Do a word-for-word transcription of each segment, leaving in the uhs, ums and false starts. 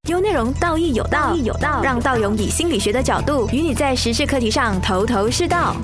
优内容道义有道，道义有道，让道勇以心理学的角度与你在时事课题上头头是道。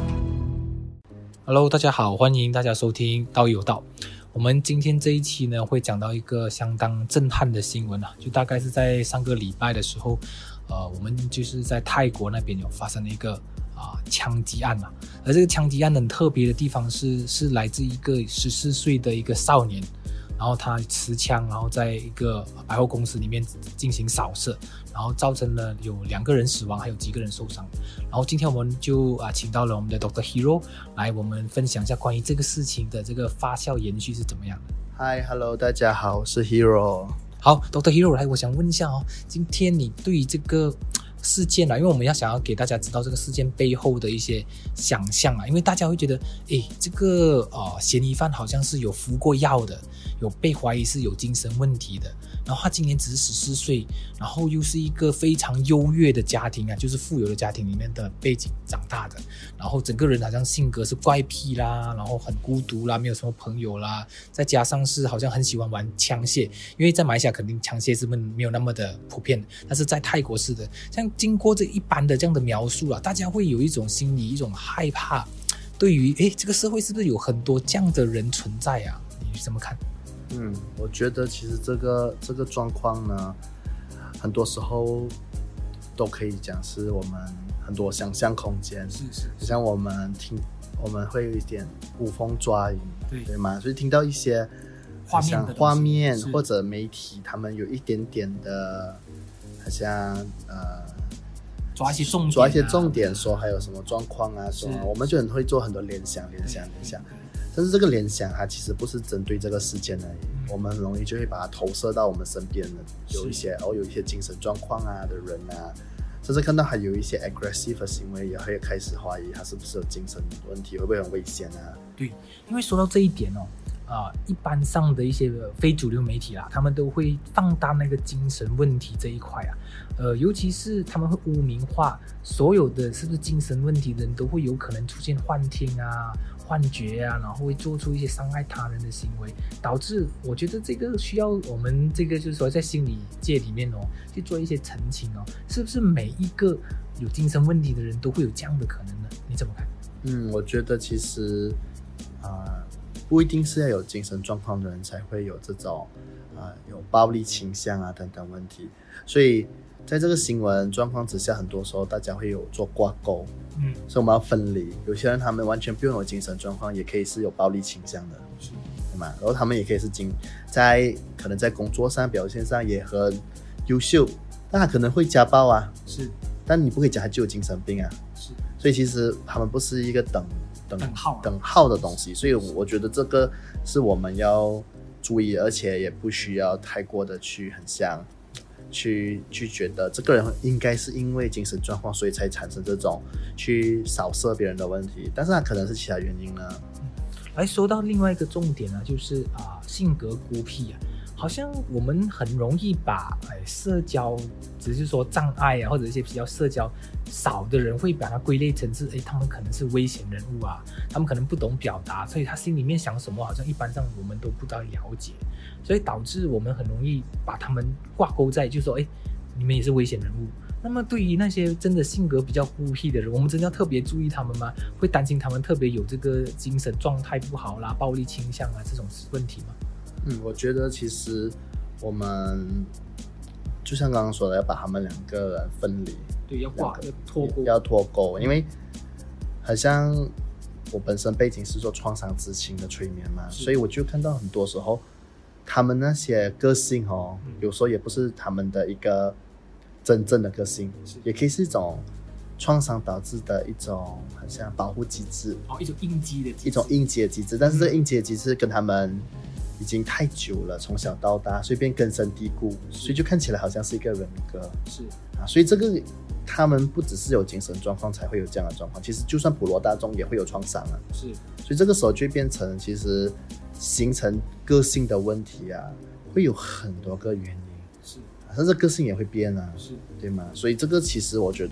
Hello， 大家好，欢迎大家收听道义有道。我们今天这一期呢，会讲到一个相当震撼的新闻啊，就大概是在上个礼拜的时候，呃，我们就是在泰国那边有发生了一个啊、呃、枪击案嘛。而这个枪击案很特别的地方是，是来自一个十四岁的一个少年。然后他持枪，然后在一个百货公司里面进行扫射，然后造成了有两个人死亡，还有几个人受伤。然后今天我们就啊请到了我们的 Doctor Hero 来，我们分享一下关于这个事情的这个发酵延续是怎么样的。 Hi Hello 大家好，我是 Hero。 好 Doctor Hero 来，我想问一下哦，今天你对于这个事件啊，因为我们要想要给大家知道这个事件背后的一些想象啊，因为大家会觉得，诶，这个呃嫌疑犯好像是有服过药的，有被怀疑是有精神问题的，然后他今年只是十四岁，然后又是一个非常优越的家庭啊，就是富有的家庭里面的背景长大的，然后整个人好像性格是怪癖啦，然后很孤独啦，没有什么朋友啦，再加上是好像很喜欢玩枪械，因为在马来西亚肯定枪械是没有那么的普遍，但是在泰国是的。像经过这一般的这样的描述啊，大家会有一种心理一种害怕，对于诶这个社会是不是有很多这样的人存在啊？你怎么看？ 嗯，我觉得其实这个这个状况呢，很多时候都可以讲是我们很多想象空间， 是是， 像我们听我们会有一点捕风抓影， 对对吗？所以听到一些画面的画面或者媒体，他们有一点点的，好像呃。 抓一些重点、啊， 抓一些重点说还有什么状况啊，说我们就很会做很多联想、联想、联想。但是这个联想它其实不是针对这个事件而已，嗯、我们很容易就会把它投射到我们身边的有一些哦有一些精神状况啊的人啊，甚至看到还有一些 aggressive 的行为，也会开始怀疑他是不是有精神问题，会不会很危险啊？ 对，因为说到这一点哦。啊、呃，一般上的一些非主流媒体啦，他们都会放大那个精神问题这一块啊，呃，尤其是他们会污名化所有的是不是精神问题的人都会有可能出现幻听啊、幻觉啊，然后会做出一些伤害他人的行为，导致我觉得这个需要我们这个就是说在心理界里面哦去做一些澄清哦，是不是每一个有精神问题的人都会有这样的可能呢？你怎么看？ 嗯，我觉得其实啊。呃不一定是要有精神状况的人才会有这种呃有暴力倾向啊等等问题，所以在这个新闻状况之下，很多时候大家会有做挂钩，嗯，所以我们要分离。有些人他们完全不用有精神状况，也可以是有暴力倾向的，是，对吗？然后他们也可以是精在可能在工作上表现上也很优秀，但他可能会家暴啊， 是， 但你不可以讲他就有精神病啊，是，所以其实他们不是一个等。等, 等, 号、啊、 等号的东西，所以我觉得这个是我们要注意，而且也不需要太过的去很像去去觉得这个人应该是因为精神状况所以才产生这种去扫射别人的问题，但是他可能是其他原因呢。 来说到另外一个重点呢，就是啊、呃、性格孤僻啊，好像我们很容易把哎社交只是说障碍啊，或者一些比较社交少的人会把它归类成是哎他们可能是危险人物啊，他们可能不懂表达，所以他心里面想什么好像一般上我们都不大了解，所以导致我们很容易把他们挂钩在就是说哎你们也是危险人物。那么对于那些真的性格比较孤僻的人，我们真的要特别注意他们吗？会担心他们特别有这个精神状态不好啦、暴力倾向啊这种问题吗？ 嗯，我觉得其实我们就像刚刚说的，要把他们两个人分离， 对，要挂要脱钩， 要脱钩，因为好像我本身背景是做创伤知情的催眠嘛，所以我就看到很多时候他们那些个性哦，嗯、有时候也不是他们的一个真正的个性，也可以是一种创伤导致的一种好像保护机制， 哦，一种应激的机制， 一种应激的机制，但是这个应激的机制跟他们已经太久了，从小到大，所以变根深蒂固，所以就看起来好像是一个人格， 是啊，所以这个他们不只是有精神状况才会有这样的状况，其实就算普罗大众也会有创伤啊， 是， 所以这个时候就会变成其实形成个性的问题啊，会有很多个原因， 是， 甚至个性也会变啊， 是， 对吗？所以这个其实我觉得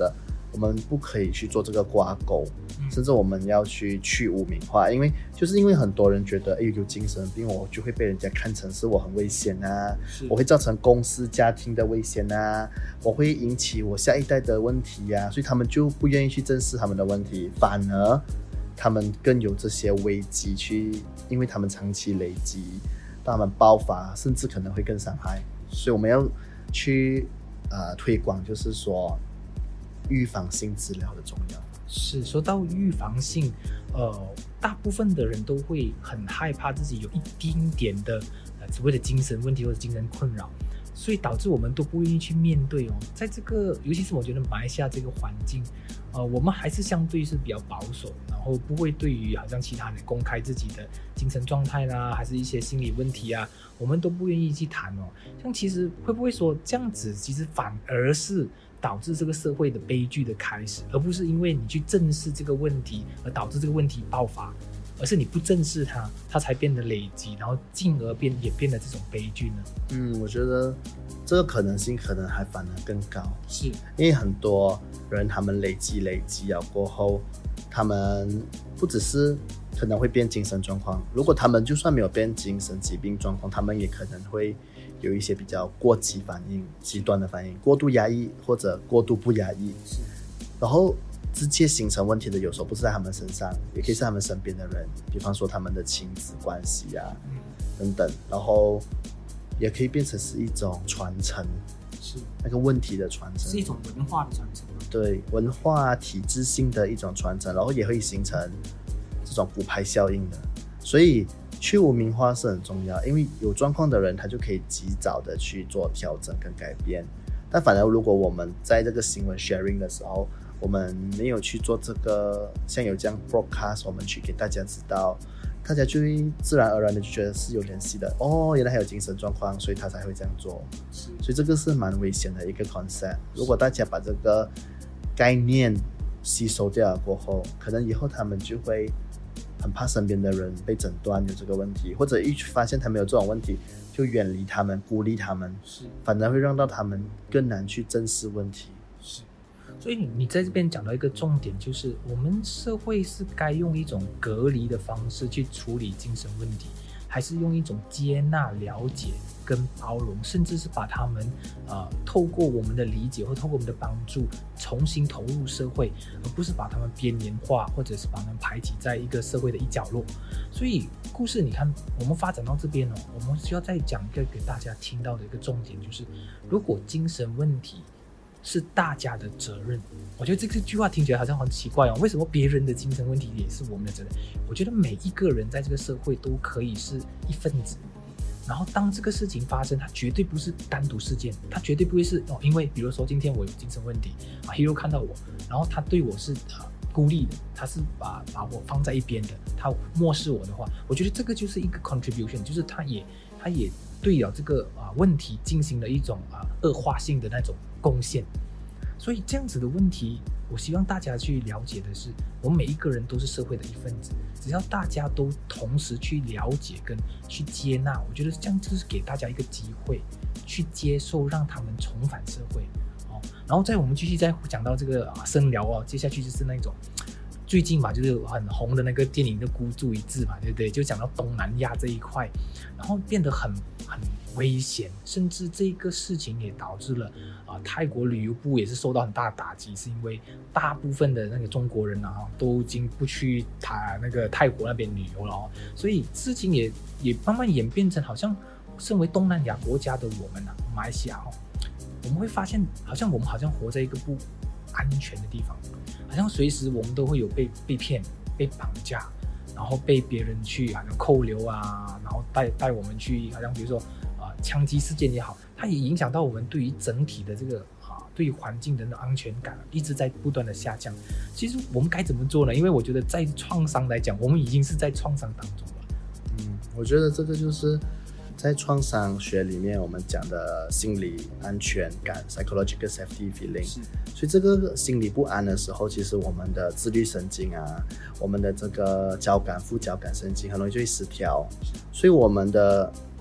我们不可以去做这个挂钩，甚至我们要去去污名化，因为就是因为很多人觉得，哎，有精神病我就会被人家看成是我很危险啊，我会造成公司家庭的危险啊，我会引起我下一代的问题啊，所以他们就不愿意去正视他们的问题，反而他们更有这些危机去，因为他们长期累积，当他们爆发，甚至可能会更伤害，所以我们要去呃推广，就是说预防性治疗的重要。 是，说到预防性，呃，大部分的人都会很害怕自己有一丁点的呃所谓的精神问题或者精神困扰，所以导致我们都不愿意去面对哦。在这个，尤其是我觉得马来西亚这个环境，呃，我们还是相对是比较保守，然后不会对于好像其他人公开自己的精神状态啦，还是一些心理问题啊，我们都不愿意去谈哦。像其实会不会说这样子，其实反而是导致这个社会的悲剧的开始，而不是因为你去正视这个问题而导致这个问题爆发，而是你不正视它，它才变得累积，然后进而变演变了这种悲剧呢？ 嗯，我觉得这个可能性可能还反而更高， 是因为很多人他们累积累积了过后，他们不只是可能会变精神状况，如果他们就算没有变精神疾病状况，他们也可能会有一些比较过激反应、极端的反应，过度压抑或者过度不压抑，然后直接形成问题的有时候不是在他们身上，也可以是他们身边的人，比方说他们的亲子关系啊、嗯、等等，然后也可以变成是一种传承， 是那个问题的传承， 是一种文化的传承， 对，文化体制性的一种传承，然后也会形成这种骨牌效应的，所以去污名化是很重要，因为有状况的人他就可以及早的去做调整跟改变。但反而如果我们在这个新闻 sharing 的时候，我们没有去做这个像有这样 broadcast， 我们去给大家知道，大家就会自然而然的就觉得是有联系的，哦，原来还有精神状况，所以他才会这样做。所以这个是蛮危险的一个 concept。如果大家把这个概念吸收掉了过后，可能以后他们就会很怕身边的人被诊断有这个问题，或者一发现他们有这种问题就远离他们，孤立他们，反而会让到他们更难去正视问题。 是，所以你在这边讲到一个重点，就是我们社会是该用一种隔离的方式去处理精神问题，还是用一种接纳、了解跟包容，甚至是把他们、呃、透过我们的理解或透过我们的帮助重新投入社会，而不是把他们边缘化，或者是把他们排挤在一个社会的一角落。所以故事你看我们发展到这边、哦、我们需要再讲一个给大家听到的一个重点，就是如果精神问题是大家的责任，我觉得这个句话听起来好像很奇怪哦。为什么别人的精神问题也是我们的责任？我觉得每一个人在这个社会都可以是一份子，然后当这个事情发生，它绝对不是单独事件，它绝对不会是哦，因为比如说今天我有精神问题啊 ，Hero 看到我，然后他对我是呃孤立的，他是把把我放在一边的，他漠视我的话，我觉得这个就是一个 contribution， 就是他也他也对了这个啊、呃、问题进行了一种啊、呃、恶化性的那种贡献。所以这样子的问题，我希望大家去了解的是，我们每一个人都是社会的一份子，只要大家都同时去了解跟去接纳，我觉得这样就是给大家一个机会去接受，让他们重返社会、哦、然后再我们继续再讲到这个啊生疗哦，接下去就是那种最近嘛，就是很红的那个电影的孤注一掷嘛，对不对？就讲到东南亚这一块，然后变得很很危险，甚至这个事情也导致了啊、呃，泰国旅游部也是受到很大的打击，是因为大部分的那个中国人啊，都已经不去他那个泰国那边旅游了哦，所以事情也也慢慢演变成好像身为东南亚国家的我们啊，马来西亚哦，我们会发现好像我们好像活在一个不安全的地方。好像随时我们都会有被被骗、被绑架，然后被别人去好像扣留啊，然后带带我们去，好像比如说啊、呃、枪击事件也好，它也影响到我们对于整体的这个啊对于环境的安全感一直在不断的下降。其实我们该怎么做呢？因为我觉得在创伤来讲，我们已经是在创伤当中了。 嗯，我觉得这个就是在创伤学里面我们讲的心理安全感 psychological safety feeling， 所以这个心理不安的时候，其实我们的自律神经啊，我们的这个交感副交感神经很容易就会失调，所以我们的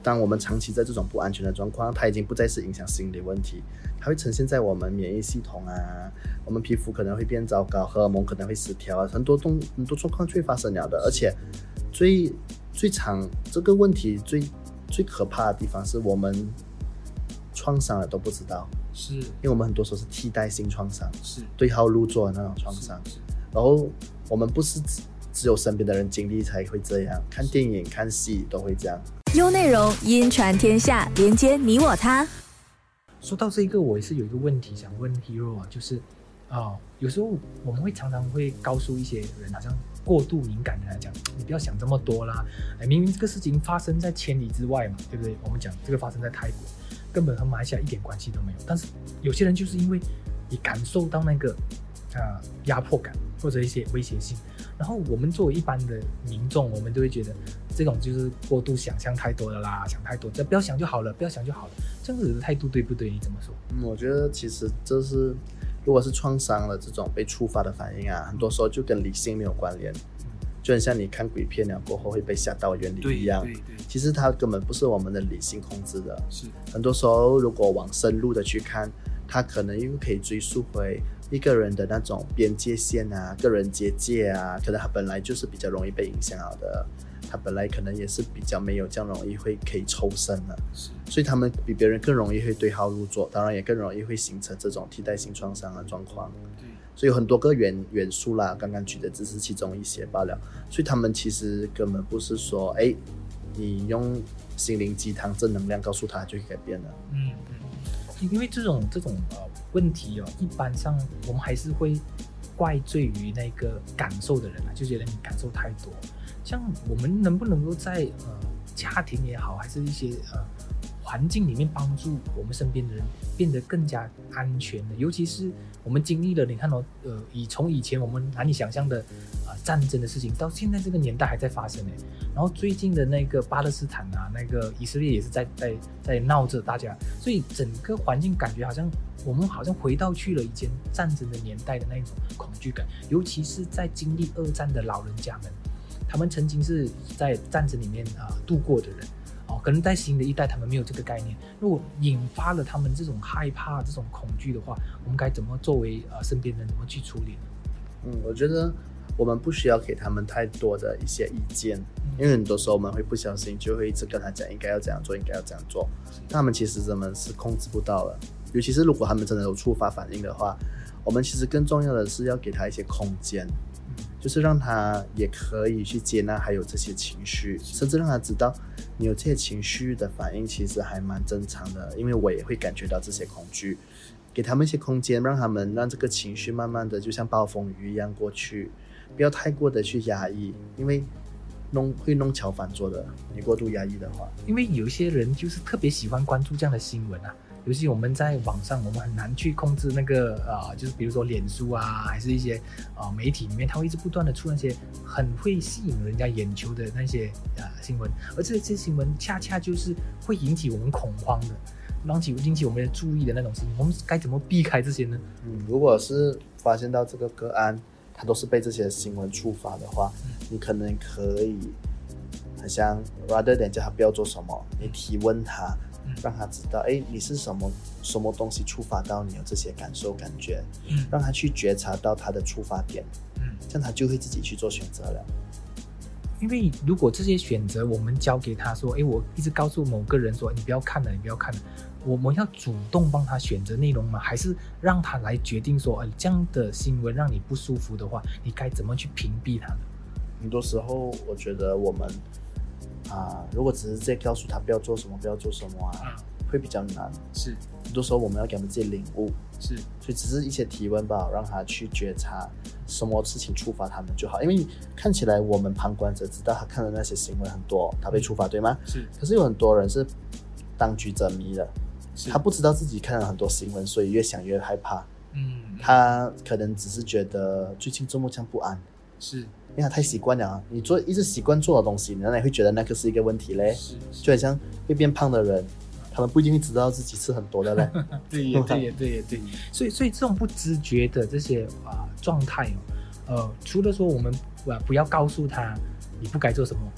当我们长期在这种不安全的状况，它已经不再是影响心理问题，它会呈现在我们免疫系统啊，我们皮肤可能会变糟糕，荷尔蒙可能会失调啊，很多东很多状况就会发生了的。而且最最常这个问题最最可怕的地方是我们创伤了都不知道， 是因为我们很多时候是替代性创伤， 是对号入座的那种创伤，然后我们不是只只有身边的人经历才会这样，看电影看戏都会这样。 优内容音传天下，连接你我他。 说到这个，我也是有一个问题想问 Hero 啊，就是啊、呃，有时候我们会常常会告诉一些人，好像过度敏感的来讲，你不要想这么多啦，哎，明明这个事情发生在千里之外嘛，对不对？我们讲这个发生在泰国，根本和马来西亚一点关系都没有。但是有些人就是因为你感受到那个啊、呃、压迫感或者一些威胁性，然后我们作为一般的民众，我们都会觉得这种就是过度想象太多了啦，想太多，这不要想就好了，不要想就好了，这样子的态度对不对？你怎么说？ 嗯，我觉得其实这是，如果是创伤了这种被触发的反应啊，很多时候就跟理性没有关联，就很像你看鬼片了过后会被吓到原理一样。 对对对， 其实它根本不是我们的理性控制的。 是很多时候如果往深入的去看，它可能又可以追溯回一个人的那种边界线啊、个人结界啊，可能他本来就是比较容易被影响了的。他本来可能也是比较没有这样容易会可以抽身的，所以他们比别人更容易会对号入座，当然也更容易会形成这种替代性创伤的状况。所以有很多个元元素啦，刚刚举的只是其中一些罢了。所以他们其实根本不是说，哎，你用心灵鸡汤正能量告诉他就会改变了。 嗯嗯，因为这种这种呃问题哦，一般上我们还是会怪罪于那个感受的人啊，就觉得你感受太多。像我们能不能够在呃家庭也好，还是一些呃环境里面帮助我们身边的人变得更加安全的，尤其是我们经历了，你看哦，呃，以从以前我们难以想象的呃战争的事情，到现在这个年代还在发生哎，然后最近的那个巴勒斯坦啊，那个以色列也是在在在闹着大家，所以整个环境感觉好像我们好像回到去了以前战争的年代的那种恐惧感，尤其是在经历二战的老人家们。他们曾经是在战争里面啊、呃、度过的人，哦，可能在新的一代他们没有这个概念。如果引发了他们这种害怕、这种恐惧的话，我们该怎么作为呃身边人怎么去处理呢？ 嗯，我觉得我们不需要给他们太多的一些意见，嗯、因为很多时候我们会不小心就会一直跟他讲应该要这样做，应该要这样做，但他们其实他们是控制不到了。尤其是如果他们真的有触发反应的话，我们其实更重要的是要给他一些空间。就是让他也可以去接纳还有这些情绪，甚至让他知道你有这些情绪的反应其实还蛮正常的，因为我也会感觉到这些恐惧，给他们一些空间，让他们让这个情绪慢慢的就像暴风雨一样过去，不要太过的去压抑，因为弄会弄巧反拙的，你过度压抑的话。 因为有一些人就是特别喜欢关注这样的新闻啊，尤其我们在网上，我们很难去控制那个呃，就是比如说脸书啊，还是一些呃媒体里面，它会一直不断的出那些很会吸引人家眼球的那些呃新闻，而这些新闻恰恰就是会引起我们恐慌的，引起引起我们的注意的那种新闻，我们该怎么避开这些呢？ 嗯，如果是发现到这个个案，它都是被这些新闻触发的话，嗯、你可能可以，很像 rather than 叫他不要做什么，你提问他。让他知道，哎，你是什么什么东西触发到你有这些感受感觉，嗯、让他去觉察到他的触发点，嗯、这样他就会自己去做选择了。 因为如果这些选择我们交给他说，哎，我一直告诉某个人说，你不要看了，你不要看了，我们要主动帮他选择内容吗？还是让他来决定说，哎，这样的新闻让你不舒服的话，你该怎么去屏蔽它呢？ 很多时候，我觉得我们。啊，如果只是在告诉他不要做什么，不要做什么啊，嗯、会比较难。 是， 很多时候我们要给他们自己领悟。 是， 所以只是一些提问吧，让他去觉察什么事情触发他们就好。因为看起来我们旁观者知道他看的那些新闻很多，他被触发，对吗？ 是。 可是有很多人是当局者迷的，他不知道自己看了很多新闻，所以越想越害怕。嗯。他可能只是觉得最近周末这样不安。 是。 因为他太习惯了，你做一直习惯做的东西，你哪里会觉得那个是一个问题嘞？就很像会变胖的人，他们不一定会知道自己吃很多的嘞。 对也对也对也对，所以所以这种不知觉的这些啊、呃、状态哦，呃，除了说我们呃不要告诉他你不该做什么啊、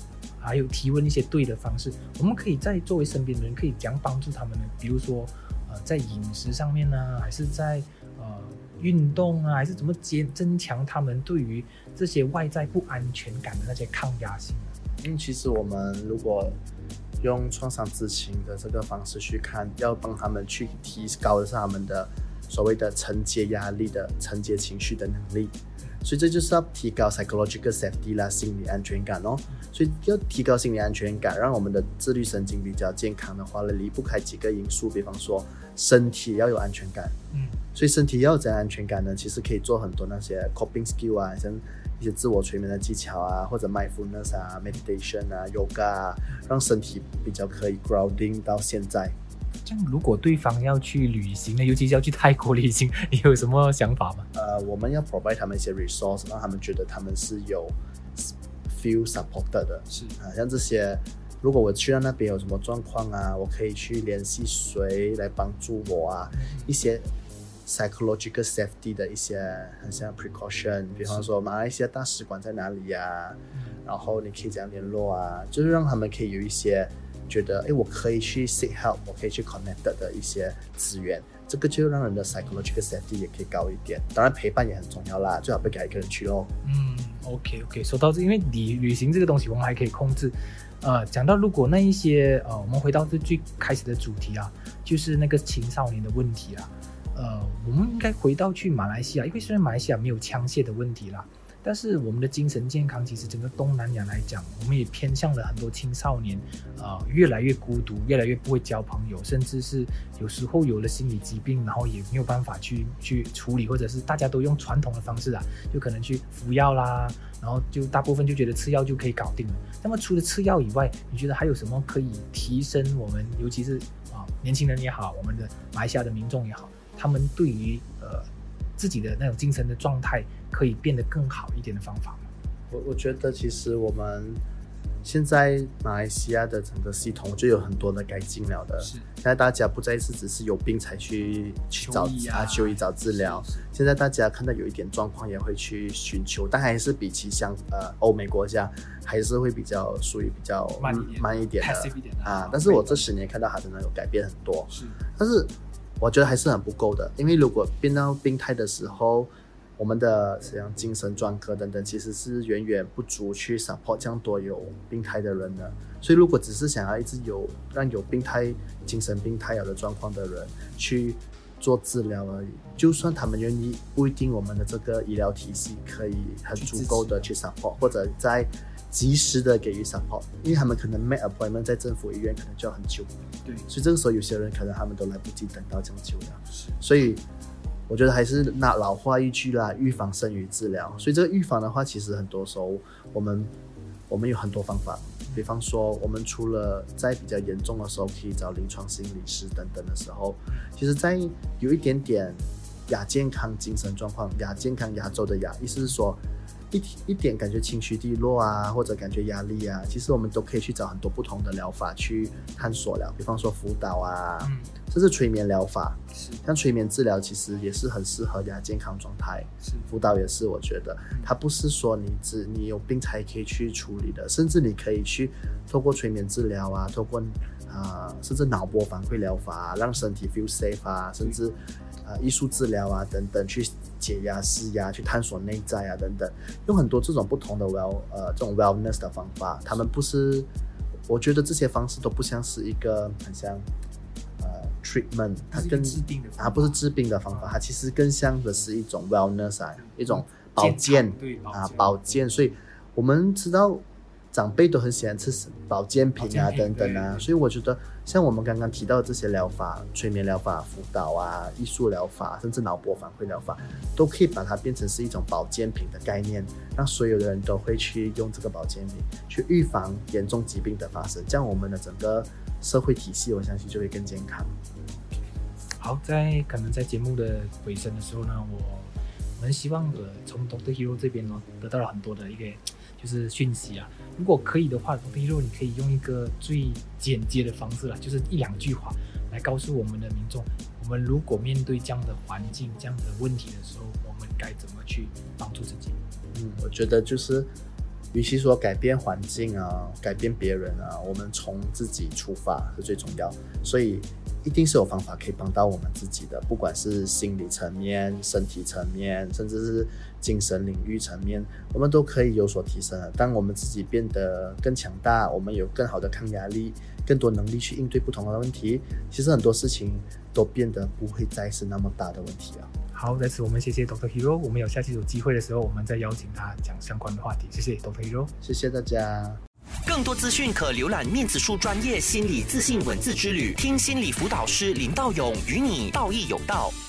还有提问一些对的方式，我们可以在作为身边的人可以怎样帮助他们呢？比如说呃在饮食上面呢，还是在呃运动啊，还是怎么增强他们对于这些外在不安全感的那些抗压性呢？ 嗯，其实我们如果用创伤知情的这个方式去看，要帮他们去提高的是他们的所谓的承接压力的、承接情绪的能力，所以这就是要提高 psychological safety 啦，心理安全感哦。所以要提高心理安全感，让我们的自律神经比较健康的话呢，离不开几个因素，比方说身体要有安全感，嗯，所以身体要有怎样安全感呢？其实可以做很多那些 coping skill 啊，像一些自我催眠的技巧啊，或者 mindfulness 啊、meditation 啊、yoga 啊，让身体比较可以 grounding 到现在。 这样，如果对方要去旅行呢，尤其是要去泰国旅行，你有什么想法吗？ 呃，我们要 provide 他们一些 resource， 让他们觉得他们是有 feel supported 的。是啊，像这些，如果我去到那边有什么状况啊，我可以去联系谁来帮助我啊？嗯、一些 psychological safety 的一些很像 precaution， 比方说马来西亚大使馆在哪里啊？嗯、然后你可以怎样联络啊？就是让他们可以有一些觉得，哎，我可以去 seek help， 我可以去 connect 的一些资源，这个就让人的 psychological safety 也可以高一点。当然陪伴也很重要啦，最好不要给一个人去咯。 嗯 ，OK OK， 说到这，因为旅旅行这个东西，我们还可以控制。呃，讲到如果那一些呃，我们回到这最开始的主题啊，就是那个青少年的问题啊。呃，我们应该回到去马来西亚，因为虽然马来西亚没有枪械的问题啦。但是我们的精神健康，其实整个东南亚来讲，我们也偏向了很多青少年，呃，越来越孤独，越来越不会交朋友，甚至是有时候有了心理疾病，然后也没有办法去去处理，或者是大家都用传统的方式啊，就可能去服药啦，然后就大部分就觉得吃药就可以搞定了。那么除了吃药以外，你觉得还有什么可以提升我们，尤其是啊、呃、年轻人也好，我们的马来西亚的民众也好，他们对于呃自己的那种精神的状态可以变得更好一点的方法吗？ 我我觉得其实我们现在马来西亚的整个系统就有很多的改进了的。是，现在大家不再是只是有病才去去找啊就医找治疗，现在大家看到有一点状况也会去寻求，但还是比起像呃欧美国家还是会比较属于比较慢一点慢一点的, 一点的啊。但是我这十年看到它真的有改变很多，是，但是我觉得还是很不够的，因为如果变到病态的时候，我们的像精神专科等等其实是远远不足去 support 这样多有病态的人的。所以如果只是想要一直有让有病态精神病态有的状况的人去做治疗而已，就算他们愿意，不一定我们的这个医疗体系可以很足够的去 support， 或者在及时的给予 support， 因为他们可能 make appointment 在政府医院可能就要很久，对，所以这个时候有些人可能他们都来不及等到这样久了，所以我觉得还是那老话一句啦，预防胜于治疗。所以这个预防的话，其实很多时候我们我们有很多方法，比方说我们除了在比较严重的时候可以找临床心理师等等的时候，其实在有一点点亚健康精神状况，亚健康亚洲的亚，意思是说一一点感觉情绪低落啊，或者感觉压力啊，其实我们都可以去找很多不同的疗法去探索了，比方说辅导啊，嗯，甚至催眠疗法，像催眠治疗其实也是很适合亚健康状态，辅导也是，我觉得它不是说你只你有病才可以去处理的，甚至你可以去透过催眠治疗啊，透过呃甚至脑波反馈疗法啊，让身体 feel safe 啊，甚至呃艺术治疗啊等等，去解压释压，去探索内在啊等等，用很多这种不同的 well 呃这种 wellness 的方法，他们不是，我觉得这些方式都不像是一个很像呃 treatment， 它更它不是治病的方法，它其实更像的是一种 wellness 啊，一种保健啊保健，所以我们知道长辈都很喜欢吃保健品啊等等啊，所以我觉得像我们刚刚提到的这些疗法，催眠疗法、辅导啊、艺术疗法，甚至脑波反馈疗法，都可以把它变成是一种保健品的概念，让所有的人都会去用这个保健品去预防严重疾病的发生，这样我们的整个社会体系我相信就会更健康。 好，在可能在节目的尾声的时候呢，我我们希望呃从 Doctor Hero 这边呢得到了很多的一个就是讯息啊，如果可以的话 Doctor Hero 你可以用一个最简洁的方式啦，就是一两句话来告诉我们的民众，我们如果面对这样的环境这样的问题的时候，我们该怎么去帮助自己。 嗯，我觉得就是与其说改变环境啊，改变别人啊，我们从自己出发是最重要。所以一定是有方法可以帮到我们自己的，不管是心理层面、身体层面，甚至是精神领域层面，我们都可以有所提升的。当我们自己变得更强大，我们有更好的抗压力，更多能力去应对不同的问题，其实很多事情都变得不会再是那么大的问题了。 好，在此我们谢谢 Doctor Hero， 我们有下期有机会的时候，我们再邀请他讲相关的话题。谢谢 Doctor Hero， 谢谢大家。 更多资讯可浏览面子书专业心理自信文字之旅，听心理辅导师林道勇与你道义有道。